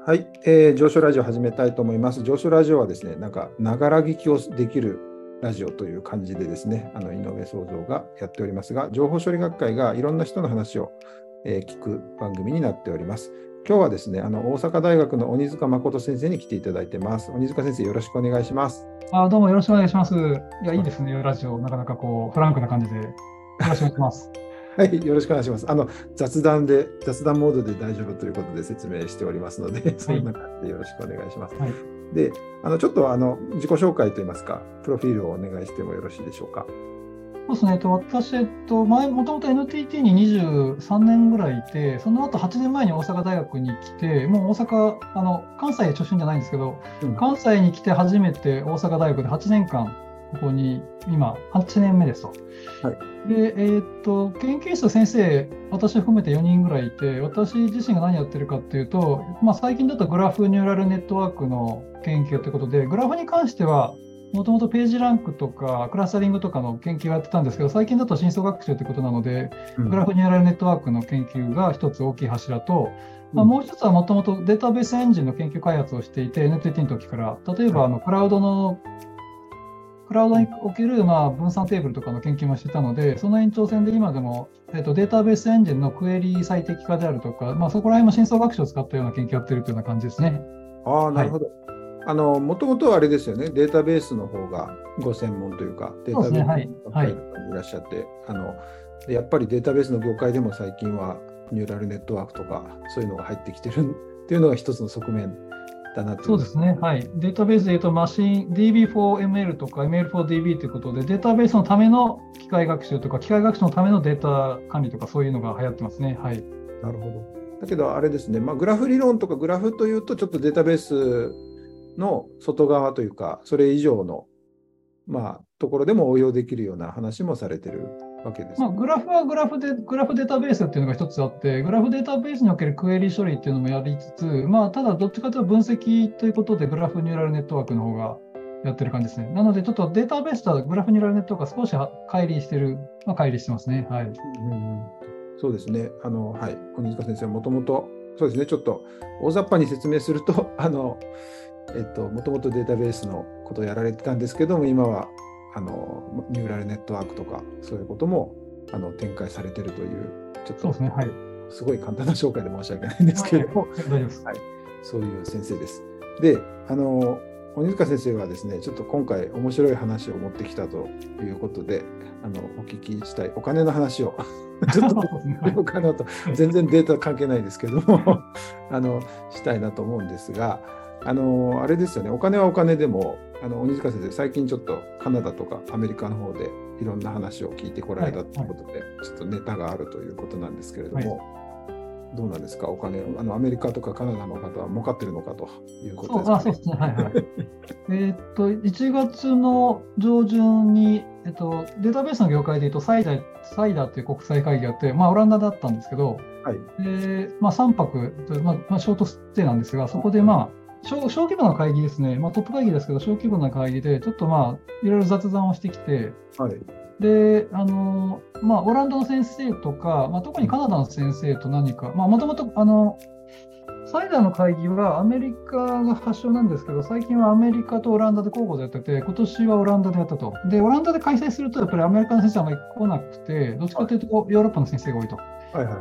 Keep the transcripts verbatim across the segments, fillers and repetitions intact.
はい、えー、上昇ラジオ始めたいと思います。上昇ラジオはですね、なんか、ながら聞きをできるラジオという感じでですね、あの井上創造がやっておりますが、情報処理学会がいろんな人の話を、えー、聞く番組になっております。今日はですね、あの大阪大学の鬼塚誠先生に来ていただいてます。鬼塚先生、よろしくお願いします。 あ、どうもよろしくお願いします。いや、いいですね、ラジオ。なかなかこう、フランクな感じで。よろしくお願いします。 はい、よろしくお願いします。あの雑談で、雑談モードで大丈夫ということで説明しておりますので、そんな感じでよろしくお願いします。はい、で、あのちょっとあの自己紹介といいますか、プロフィールをお願いしてもよろしいでしょうか。 そうですね、と私、えっと、前、もともと エヌティーティー ににじゅうさんねんぐらいいて、その後はちねんまえに大阪大学に来て、もう大阪、あの関西出身じゃないんですけど、うん、関西に来て初めて大阪大学ではちねんかん、ここに今、はちねんめですと。はい、で、えー、っと、研究室先生、私含めてよにんぐらいいて、私自身が何やってるかっていうと、まあ、最近だとグラフニューラルネットワークの研究ということで、グラフに関しては、もともとページランクとかクラスタリングとかの研究をやってたんですけど、最近だと深層学習ということなので、うん、グラフニューラルネットワークの研究が一つ大きい柱と、うん、まあ、もう一つはもともとデータベースエンジンの研究開発をしていて、エヌティーティー の時から、例えばあのクラウドの、クラウドにおけるまあ分散テーブルとかの研究もしてたので、その延長線で今でも、えっと、データベースエンジンのクエリ最適化であるとか、まあ、そこら辺も深層学習を使ったような研究をやっているというような感じですね。 ああ、なるほど。はい、あのもともとはあれですよね、データベースの方がご専門というか、データベースの業界にいらっしゃって、はいはい、あのやっぱりデータベースの業界でも最近はニューラルネットワークとか、そういうのが入ってきてるっていうのが一つの側面だなという。 そうですね、はい。データベースでいうと、マシン ディービーフォーエムエル とか エムエルフォーディービー ということで、データベースのための機械学習とか、機械学習のためのデータ管理とか、そういうのが流行ってますね。はい。 なるほど。だけど、あれですね、まあ、グラフ理論とかグラフというと、ちょっとデータベースの外側というか、それ以上の、まあ、ところでも応用できるような話もされてるわけです。 まあ、グラフはグラフで、グラフデータベースっていうのが一つあって、グラフデータベースにおけるクエリ処理っていうのもやりつつ、まあ、ただどっちかというと分析ということで、グラフニューラルネットワークの方がやってる感じですね。なので、ちょっとデータベースとグラフニューラルネットワークが少し乖離してる、まあ、乖離してますね。はい。 うん、そうですね。あの、はい。鬼塚先生はもともと、そうですね、ちょっと大雑把に説明すると、あの、えっと、もともとデータベースのことをやられてたんですけども、今はあのニューラルネットワークとか、そういうこともあの展開されているという、ちょっとそうですね、はい、 すごい簡単な紹介で申し訳ないんですけれども、 大丈夫です。 はい、そういう先生です。で、あの鬼塚先生はですね、ちょっと今回面白い話を持ってきたということで、あのお聞きしたいお金の話をちょっとしようかなと、全然データ関係ないですけどもあのしたいなと思うんですが、あのあれですよね、お金はお金でも、あの鬼塚先生、最近ちょっとカナダとかアメリカの方でいろんな話を聞いてこられたということで、はいはい、ちょっとネタがあるということなんですけれども、はい、どうなんですか、お金、あのアメリカとかカナダの方は儲かってるのかということですか、ね。 そう、あ、そうですね、はいはい。えっと、いちがつの上旬に、えっと、データベースの業界でいうとサイダー、サイダーっていう国際会議があって、まあ、オランダだったんですけど、はい、でまあ、さんぱく、まあまあ、ショートステイなんですが、そこでまあ、小, 小規模な会議ですね、まあ、トップ会議ですけど、小規模な会議で、ちょっとまあ、いろいろ雑談をしてきて、はい、で、あの、まあ、オランダの先生とか、まあ、特にカナダの先生と何か、まあ、もともと、あの、サイダーの会議はアメリカが発祥なんですけど、最近はアメリカとオランダで交互でやってて、今年はオランダでやったと。で、オランダで開催すると、やっぱりアメリカの先生はあまり来なくて、どっちかというとヨーロッパの先生が多いと。はいはいはい、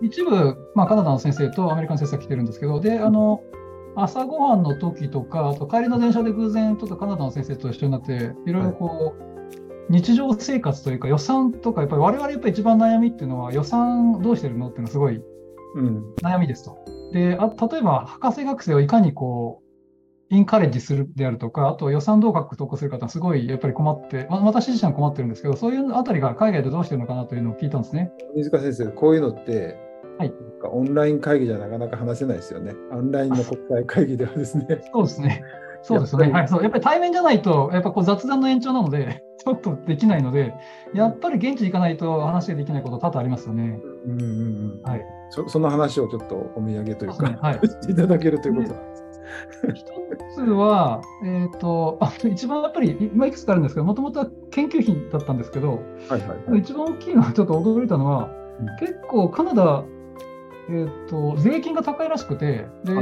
一部、まあ、カナダの先生とアメリカの先生が来てるんですけど、で、あの、朝ごはんの時とか、あと帰りの電車で偶然ちょっとカナダの先生と一緒になって、いろいろこう、はい、日常生活というか予算とか、やっぱり我々やっぱり一番悩みっていうのは、予算どうしてるのっていうのはすごい悩みですと。うん、であ例えば博士学生をいかにこうインカレッジするであるとか、あと予算どう獲得するかってすごいやっぱり困って、ま、私自身は困ってるんですけど、そういうあたりが海外でどうしてるのかなというのを聞いたんですね。 水川先生、こういうのって、はい、オンライン会議じゃなかなか話せないですよね。オンラインの国際会議ではですね。 そうですね。そうですね。やっぱり、はい、そうやっぱり対面じゃないと、やっぱこう雑談の延長なので、ちょっとできないので、やっぱり現地に行かないと話ができないこと多々ありますよね。 うんうんうん、はい、そ, その話をちょっとお土産というか、ね、はい、していただけるということなんです。 一つは、えーと、あ一番やっぱり、今いくつかあるんですけど、もともとは研究費だったんですけど、はいはいはい、一番大きいのはちょっと驚いたのは、うん、結構カナダ、えーと、税金が高いらしくて、で、はい、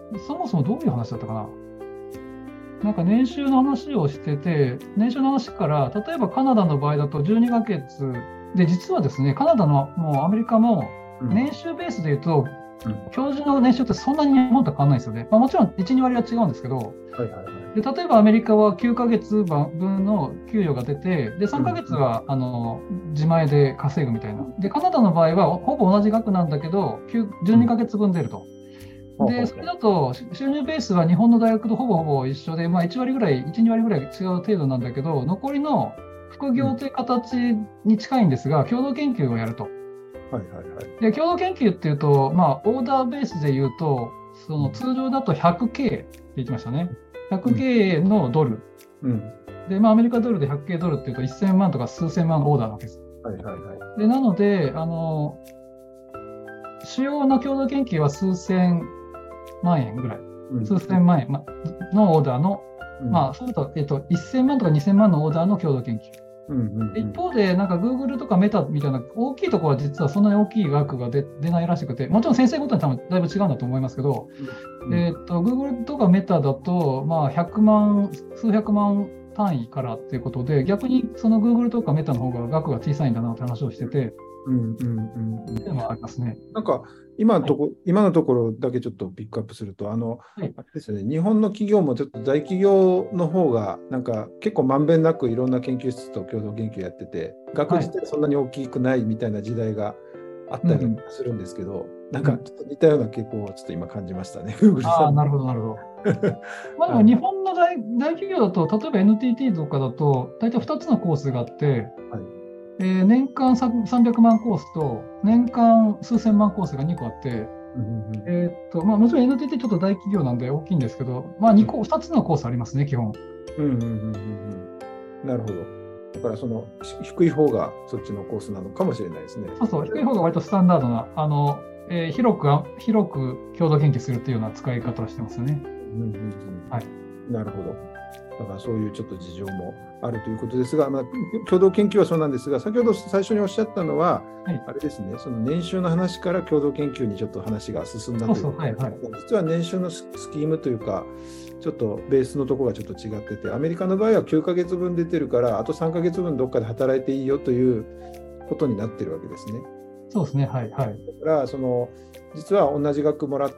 そもそもどういう話だったかな。なんか年収の話をしてて、年収の話から、例えばカナダの場合だとじゅうにかげつで、実はですね、カナダのもうアメリカも年収ベースでいうと、うん、教授の年収ってそんなに日本と変わらないですよね。まあ、もちろんいち、に割は違うんですけど、はいはいはい、で例えばアメリカはきゅうかげつぶんの給与が出て、でさんかげつは、うん、あの自前で稼ぐみたいな。で、カナダの場合はほぼ同じ額なんだけど、じゅうにかげつぶん出ると。で、それだと収入ベースは日本の大学とほぼほぼ一緒で、まあ、いち割ぐらい、いち、に割ぐらい違う程度なんだけど、残りの副業という形に近いんですが、共同研究をやると。はいはいはい、で共同研究っていうと、まあ、オーダーベースで言うと、その通常だと ひゃくケー って言ってましたね。ひゃくケー のドル。うん、で、まあ、アメリカドルで ひゃくケー ドルっていうとせんまんとか数千万のオーダーなわけです。はいはいはい、でなので、あの、主要な共同研究は数千万円ぐらい、うん、数千万円のオーダーの、うん、まあ、そうすると、えっと、せんまんとかにせんまんのオーダーの共同研究。うんうんうん、一方で、なんか Google とかメタみたいな大きいところは実はそんなに大きい額が 出, 出ないらしくて、もちろん先生ごとに多分だいぶ違うんだと思いますけど、うん、えー、と Google とかメタだと、まあ、ひゃくまん、数百万単位からっていうことで、逆にその Google とかメタの方が額が小さいんだなって話をしてて、うんうんうんうん、っていうのはありますね。 なんか今のとこ、はい、今のところだけちょっとピックアップすると、あの、はい、あれですよね、日本の企業もちょっと大企業の方がなんか結構まんべんなくいろんな研究室と共同研究やってて、額自体そんなに大きくないみたいな時代があったりするんですけど、うん、なんかちょっと似たような傾向をちょっと今感じましたね。 うん、ああ、なるほどなるほど。まあでも日本の 大, 大企業だと、例えば エヌティーティー とかだと大体ふたつのコースがあって、はい、えー、年間さんびゃくまんコースと年間数千万コースがにこあって、うんうんうん、えーっとまあ、もちろん エヌティーティー ちょっと大企業なんで大きいんですけど、まあ、にこ、ふたつのコースありますね、基本。うんうんうんうんうん、なるほど。だからその低い方がそっちのコースなのかもしれないですね。 そうそう、低い方が割とスタンダードな、あのえー、広く広く共同研究するっていうような使い方をしてますね。うんうんうん、 はい、なるほど。だからそういうちょっと事情もあるということですが、まあ、共同研究はそうなんですが、先ほど最初におっしゃったのは、はい、あれですね、その年収の話から共同研究にちょっと話が進んだということで、実は年収のスキームというか、ちょっとベースのところがちょっと違ってて、アメリカの場合はきゅうかげつぶん出てるから、あとさんかげつぶんどっかで働いていいよということになってるわけですね。 そうですね、はいはい。 だからその実は同じ額もらって、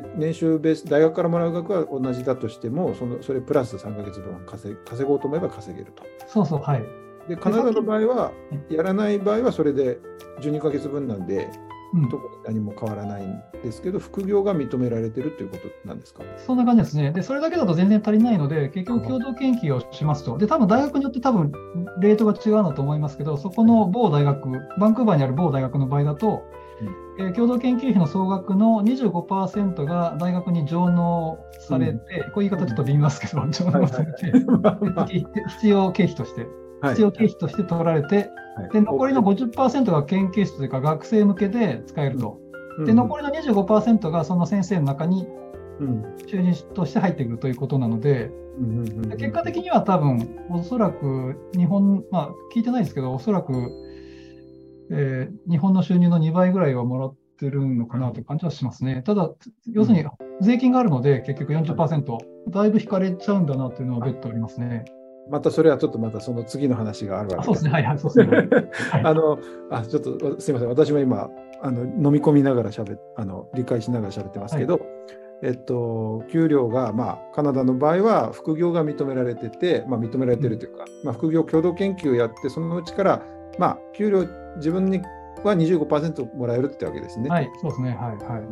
年収ベース、大学からもらう額は同じだとしても、そのそれプラスさんかげつぶん稼、稼ごうと思えば稼げると。 そうそう、はい。 で、カナダの場合は、やらない場合はそれでじゅうにかげつぶんなんで、うん、特に何も変わらないんですけど、副業が認められてるということなんですか？ そんな感じですね。で、それだけだと全然足りないので、結局共同研究をしますと。で、多分大学によって多分レートが違うんだと思いますけど、そこの某大学、バンクーバーにある某大学の場合だと、うん、えー、共同研究費の総額の にじゅうごパーセント が大学に上納されて、うん、こういう言い方ちょっと微妙ですけど、上納されて、必要経費として、必要経費として取られて、はい、で残りの ごじゅっパーセント が研究室というか学生向けで使えると。うん、で残りの にじゅうごパーセント がその先生の中に収入として入ってくるということなので、うん、で結果的には多分おそらく日本、まあ聞いてないですけど、おそらく、えー、日本の収入のにばいぐらいはもらってるのかなという感じはしますね。ただ、要するに税金があるので、結局 よんじゅっパーセント、だいぶ引かれちゃうんだなというのは別途ありますね。 またそれはちょっとまたその次の話があるわけです。 そうですね、はいはい、そうですね。 あの、あ、ちょっとすみません、私も今、あの飲み込みながらしゃべあの理解しながらしゃべってますけど、はい、えっと、給料が、まあ、カナダの場合は副業が認められてて、まあ、認められてるというか、うん、まあ、副業共同研究をやって、そのうちから、まあ、給料自分には にじゅうごパーセント もらえるってわけですね。 はい、そうですね、はいはい。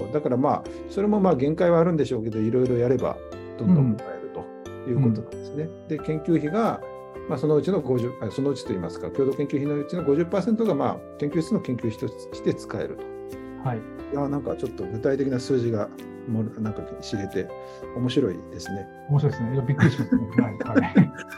だからまあ、それもまあ限界はあるんでしょうけど、いろいろやればどんどんもらえるということなんですね。うん、で、研究費が、まあ、そのうちのごじゅう、そのうちといいますか、共同研究費のうちの ごじゅっパーセント が、まあ、研究室の研究費として使えると。はい。いや、なんかちょっと具体的な数字がもうなんか知れて面白いですね。 面白いですね。いや、びっくりしますね。はいはい。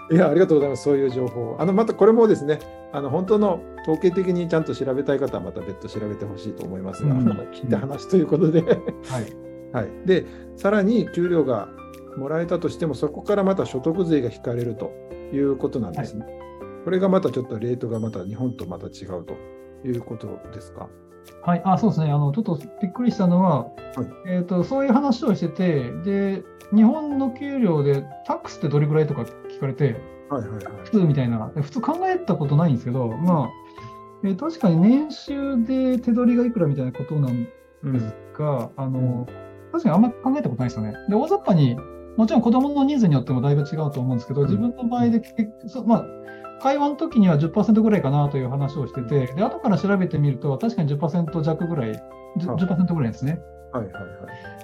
いや、ありがとうございます。そういう情報。あの、またこれもですね、あの、本当の統計的にちゃんと調べたい方はまた別途調べてほしいと思いますが、うん、聞いた話ということで、はい。はい。で、さらに給料がもらえたとしても、そこからまた所得税が引かれるということなんですね。はい、これがまたちょっとレートがまた日本とまた違うということですか。 はい、あ、そうですね。あの、ちょっとびっくりしたのは、 はいえっと、そういう話をしてて、で、日本の給料でタックスってどれぐらいとか聞かれて、 はいはいはい。 普通みたいな、普通考えたことないんですけど、まあ、えー確かに年収で手取りがいくらみたいなことなんですが、あの、確かにあんまり考えたことないですよね。で、大雑把に、もちろん子供のニーズによってもだいぶ違うと思うんですけど、自分の場合で結局、そまあ、会話の時には じゅっパーセント ぐらいかなという話をしてて、で、後から調べてみると、確かに じゅっパーセント 弱ぐらい、じゅっパーセント ぐらいですね。 はいはいはい。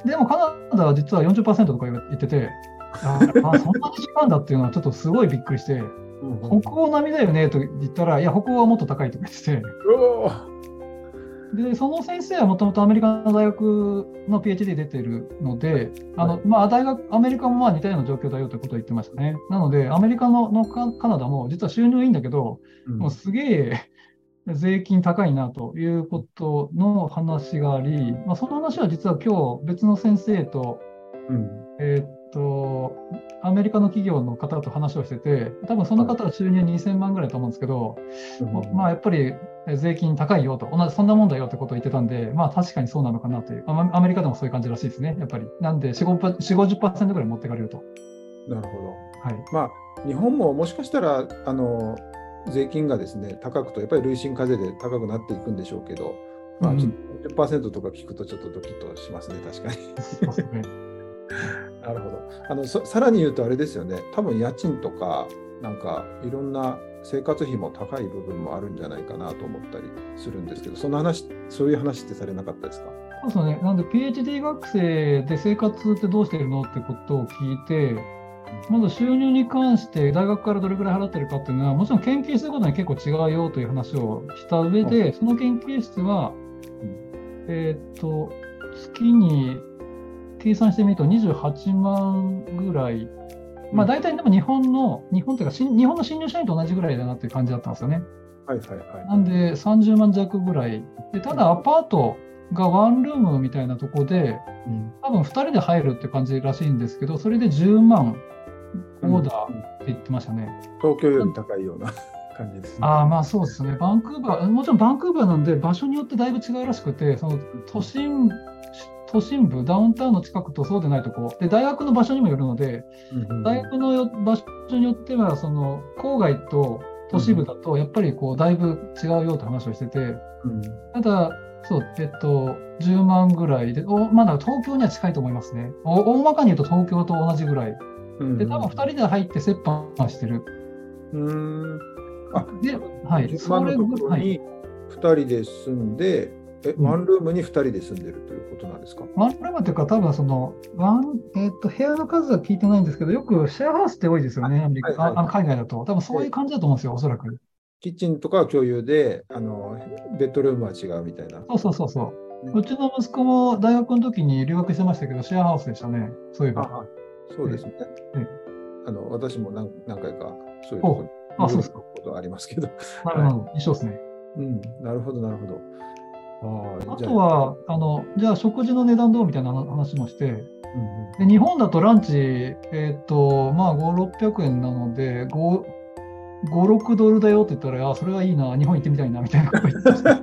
でもカナダは実は よんじゅっパーセント とか言ってて、ああ、そんなに違うんだっていうのはちょっとすごいびっくりして、北欧並みだよねと言ったら、いや、北欧はもっと高いとか言ってて、で、その先生はもともとアメリカの大学の ピーエイチディー 出てるので、あのまあ、大学、アメリカもまあ似たような状況だよということを言ってましたね。なので、アメリカののカカナダも実は収入いいんだけど、 うんもうすげえ税金高いなということの話があり、まあ、その話は実は今日別の先生と、 うんえーっと、アメリカの企業の方と話をしてて、多分その方は収入にせんまんぐらいだと思うんですけど、 うんまあやっぱり税金高いよと、同じそんなもんだよってことを言ってたんで、まあ確かにそうなのかなという、アメリカでもそういう感じらしいですね、やっぱり。なんでよんじゅう、ごじゅっパーセントぐらい持ってかれると。 なるほど。 はい。 まあ、日本ももしかしたら、あの、税金がですね、高くと、やっぱり累進課税で高くなっていくんでしょうけど、まあ、ちょっと じゅっパーセント とか聞くとちょっとドキッとしますね、確かに。 そうですね。 なるほど。あのそさらに言うとあれですよね、多分家賃とか、なんかいろんな生活費も高い部分もあるんじゃないかなと思ったりするんですけど、その話、そういう話ってされなかったですか？ そうですね。なんで ピーエイチディー 学生で生活ってどうしてるのってことを聞いて、まず収入に関して大学からどれくらい払ってるかっていうのは、もちろん研究することに結構違うよという話をした上で、その研究室は、えーっと、月に計算してみるとにじゅうはちまんぐらい、まあ大体でも日本の、日本というか、日本の新入社員と同じぐらいだなっていう感じだったんですよね。 はいはいはい。 なんでさんじゅうまん弱ぐらい。で、ただアパートがワンルームみたいなところで、多分ふたりで入るって感じらしいんですけど、それでじゅうまんオーダーって言ってましたね。 東京より高いような感じですね。 ああ、まあそうですね。バンクーバー、もちろんバンクーバーなんで場所によってだいぶ違うらしくて、その都心、都心部、ダウンタウンの近くとそうでないとこで、大学の場所にもよるので、大学のよ場所によっては、その郊外と都市部だと、やっぱりこうだいぶ違うよと話をしてて、 うん、 ただ、そう、えっと、じゅうまんぐらいで、おまだ東京には近いと思いますね。お大まかに言うと東京と同じぐらい。で、多分ふたりで入って折半してる。 うーん。あ、 で、はい、 それのところにふたりで住んで、え、ワンルームにふたりで住んでるということなんですか？ ワンルームというか、多分その、ワン、えっと、部屋の数は聞いてないんですけど、よくシェアハウスって多いですよね、アメリカ、 はいはい、 あ海外だと。多分そういう感じだと思うんですよ、おそらく。 キッチンとかは共有で、あのベッドルームは違うみたいな。 そうそうそうそう。ね、うちの息子も大学の時に留学してましたけど、シェアハウスでしたね、そういえば。 あ、そうですね。 ね、 あの私も何何回かそういうところにあ、そうですか。 ことありますけど。 なるほど、はい、一緒ですね。 うん、なるほど、なるほど。 あ, あとはあの、じゃあ食事の値段どうみたいな話もして、うんうん、で日本だとランチ、えーとまあ、ご、ろっぴゃくえんなので、ご、ろくドルだよって言ったら、あ、それはいいな、日本行ってみたいなみたいなこと言ってました。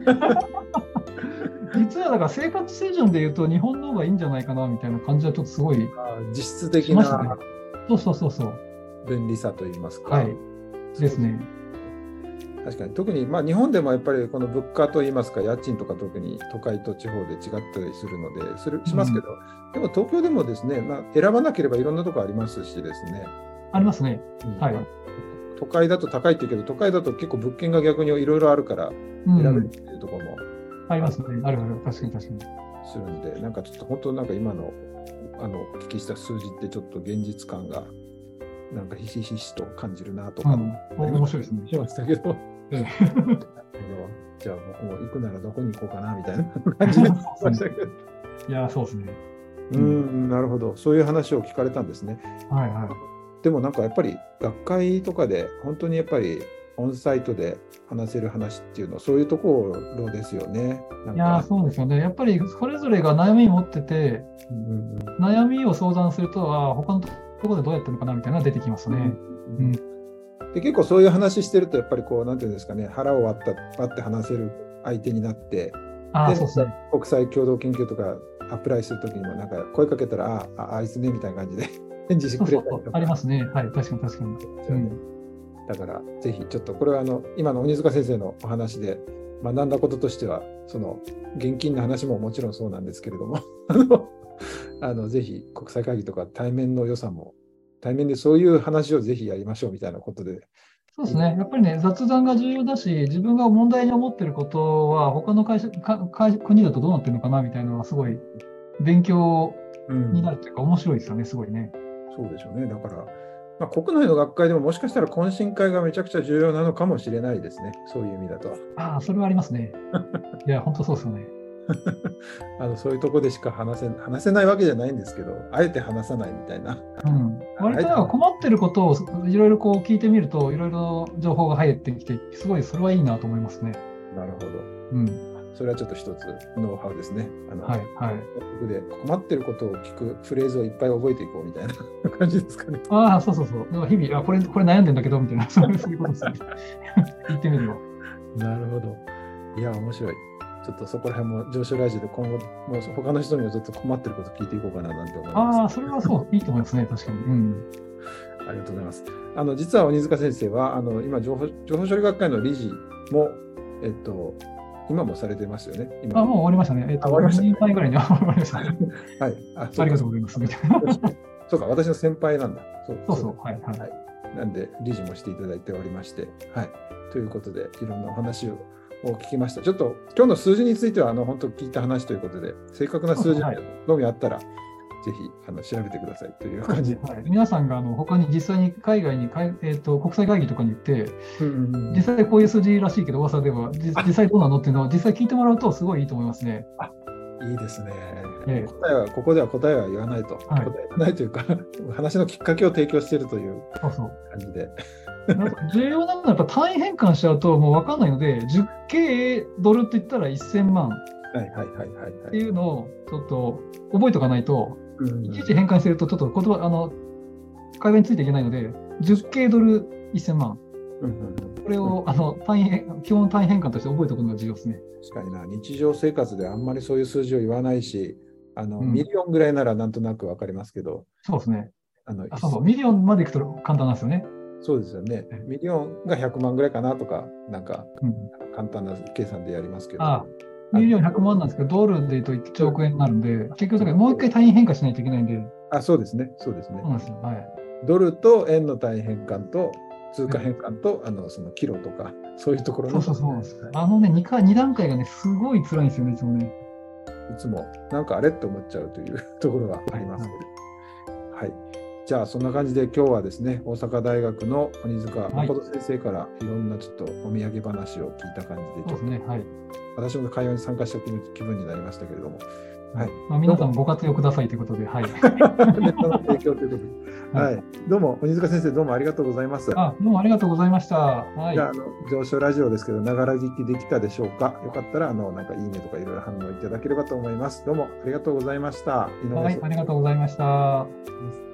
実はだから生活水準で言うと、日本の方がいいんじゃないかなみたいな感じはちょっとすごい、 実質的な、ね、 そうそうそうそう便利さといいますか。 はいですね。 確かに特に、まあ、日本でもやっぱりこの物価といいますか、家賃とか特に都会と地方で違ったりするのでするしますけど、うん、でも東京でもですね、まあ、選ばなければいろんなところありますしですね。 ありますね。うん、はい。 都会だと高いって言うけど、都会だと結構物件が逆にいろいろあるから選べるっていうところも、 うん、ありますね。あるある。確かに確かに。 するんで、なんかちょっと本当なんか今のあのお聞きした数字ってちょっと現実感がなんかひしひしと感じるなとか、 うん、面白いですね。 しましたけど。じゃあ僕も行くならどこに行こうかなみたいな感じでましたけど。 いや、そうですね。 うん、なるほど。そういう話を聞かれたんですね。 はいはい。 でもなんかやっぱり学会とかで本当にやっぱりオンサイトで話せる話っていうのはそういうところですよね。 なんかいや、そうですよね。やっぱりそれぞれが悩み持ってて、うんうん、悩みを相談すると、あ他のところでどうやってるのかなみたいなのが出てきますね。うんうんうんで結構そういう話してるとやっぱりこうなんていうんですかね、腹を割った割って話せる相手になってあそうですね、 国際共同研究とかアプライするときにも、なんか声かけたら、ああ、あいつねみたいな感じで返事してくれたりとか。 そうそうありますね。はい、確かに確かに。うん、 だから、ぜひちょっとこれはあの今の鬼塚先生のお話で学んだこととしては、その現金の話ももちろんそうなんですけれども、あのあのぜひ国際会議とか対面の良さも、対面でそういう話をぜひやりましょうみたいなことで。 そうですね、やっぱりね、雑談が重要だし、自分が問題に思っていることは、他の会社か会国だとどうなってるのかなみたいなのは、すごい勉強になるというか、うん、面白いですよね、すごいね。 そうでしょうね。だから、まあ、国内の学会でももしかしたら懇親会がめちゃくちゃ重要なのかもしれないですね、そういう意味だと。 ああ、それはありますね。いや、本当そうですよね。 あのそういうとこでしか話せ、話せないわけじゃないんですけど、あえて話さないみたいな。 うん、割と困ってることをいろいろこう聞いてみると、いろいろ情報が入ってきて、すごいそれはいいなと思いますね。 なるほど。 うん、 それはちょっと一つノウハウですね。あの、 はいはい。 で困ってることを聞くフレーズをいっぱい覚えていこうみたいな感じですかね。 ああ、そうそうそう。日々、あこれ、これ悩んでんだけどみたいな、そういうことですね。言ってみるよ。 なるほど。いや、面白い。ちょっとそこら辺も上昇ラジオで今後、もう他の人にもちょっと困ってること聞いていこうかななんて思います。 ああ、それはそう、いいと思いますね、確かに。うん、 ありがとうございます。あの実は鬼塚先生は、あの今情報、情報処理学会の理事も、えっと、今もされてますよね。今あ、もう終わりましたね。えっ、ー、と、にねんまえぐらいに終わりましたね。 はい。あ、 ありがとうございます。みたいな。 そうか、私の先輩なんだ。 そうそうそう。はい、はい、 はい。なんで、理事もしていただいておりまして、はい。ということで、いろんなお話を聞きました。ちょっと、今日の数字については、あの、本当聞いた話ということで、正確な数字がのみあったら、はい、ぜひあの調べてくださいという感じで、 はい、皆さんがあの他に実際に海外に、えー、と国際会議とかに行って、うんうんうん、実際こういう数字らしいけど、噂では実際どうなのっていうのを実際聞いてもらうとすごいいいと思いますね。 あ、いいですね。ええ、答えはここでは答えは言わないと、はい、答え言わないというか、話のきっかけを提供しているという感じで。 そうそう重要なのはやっぱ単位変換しちゃうともう分かんないので、じゅっケー ドルって言ったらせんまんっていうのをちょっと覚えておかないと、いちいち変換するとちょっと言葉あの会話についていけないので、じゅっケー ドルせんまん、うんうん、これをあの単位基本単位変換として覚えておくのが重要ですね。 確かにな、日常生活であんまりそういう数字を言わないし、あの、うん、ミリオンぐらいならなんとなく分かりますけど、 そうですね。あのあそうそうミリオンまでいくと簡単なんですよね。 そうですよね。ミリオンがひゃくまんぐらいかなとか、なんか、うん、簡単な計算でやりますけど。 ああミリオンひゃくまんなんですけど、ドルで言うといちおくえんになるんで、結局、もう一回単位変換しないといけないんで。 あ、そうですね。そうですね。 そうなんですよ。はい。 ドルと円の単位変換と、通貨変換と、あのそのキロとか、そういうところの。 そうそうそうなんです。あのね、2, 回に段階がね、すごい辛いんですよね、いつもね。 いつも、なんかあれって思っちゃうというところがありますので。はい。じゃあ、そんな感じで今日はですね、大阪大学の鬼塚誠先生からいろんなちょっとお土産話を聞いた感じで、ちょっと、ねはい、私も会話に参加した気分になりましたけれども、 はいまあ、皆さんご活用くださいということで、はい。 ネットの提供ということで、はいはい、どうも鬼塚先生どうもありがとうございます。 あどうもありがとうございました。はい、 じゃあ、あの上昇ラジオですけど、ながら聞きできたでしょうか。よかったらあのなんかいいねとかいろいろ反応いただければと思います。どうもありがとうございました。 はい、ありがとうございました。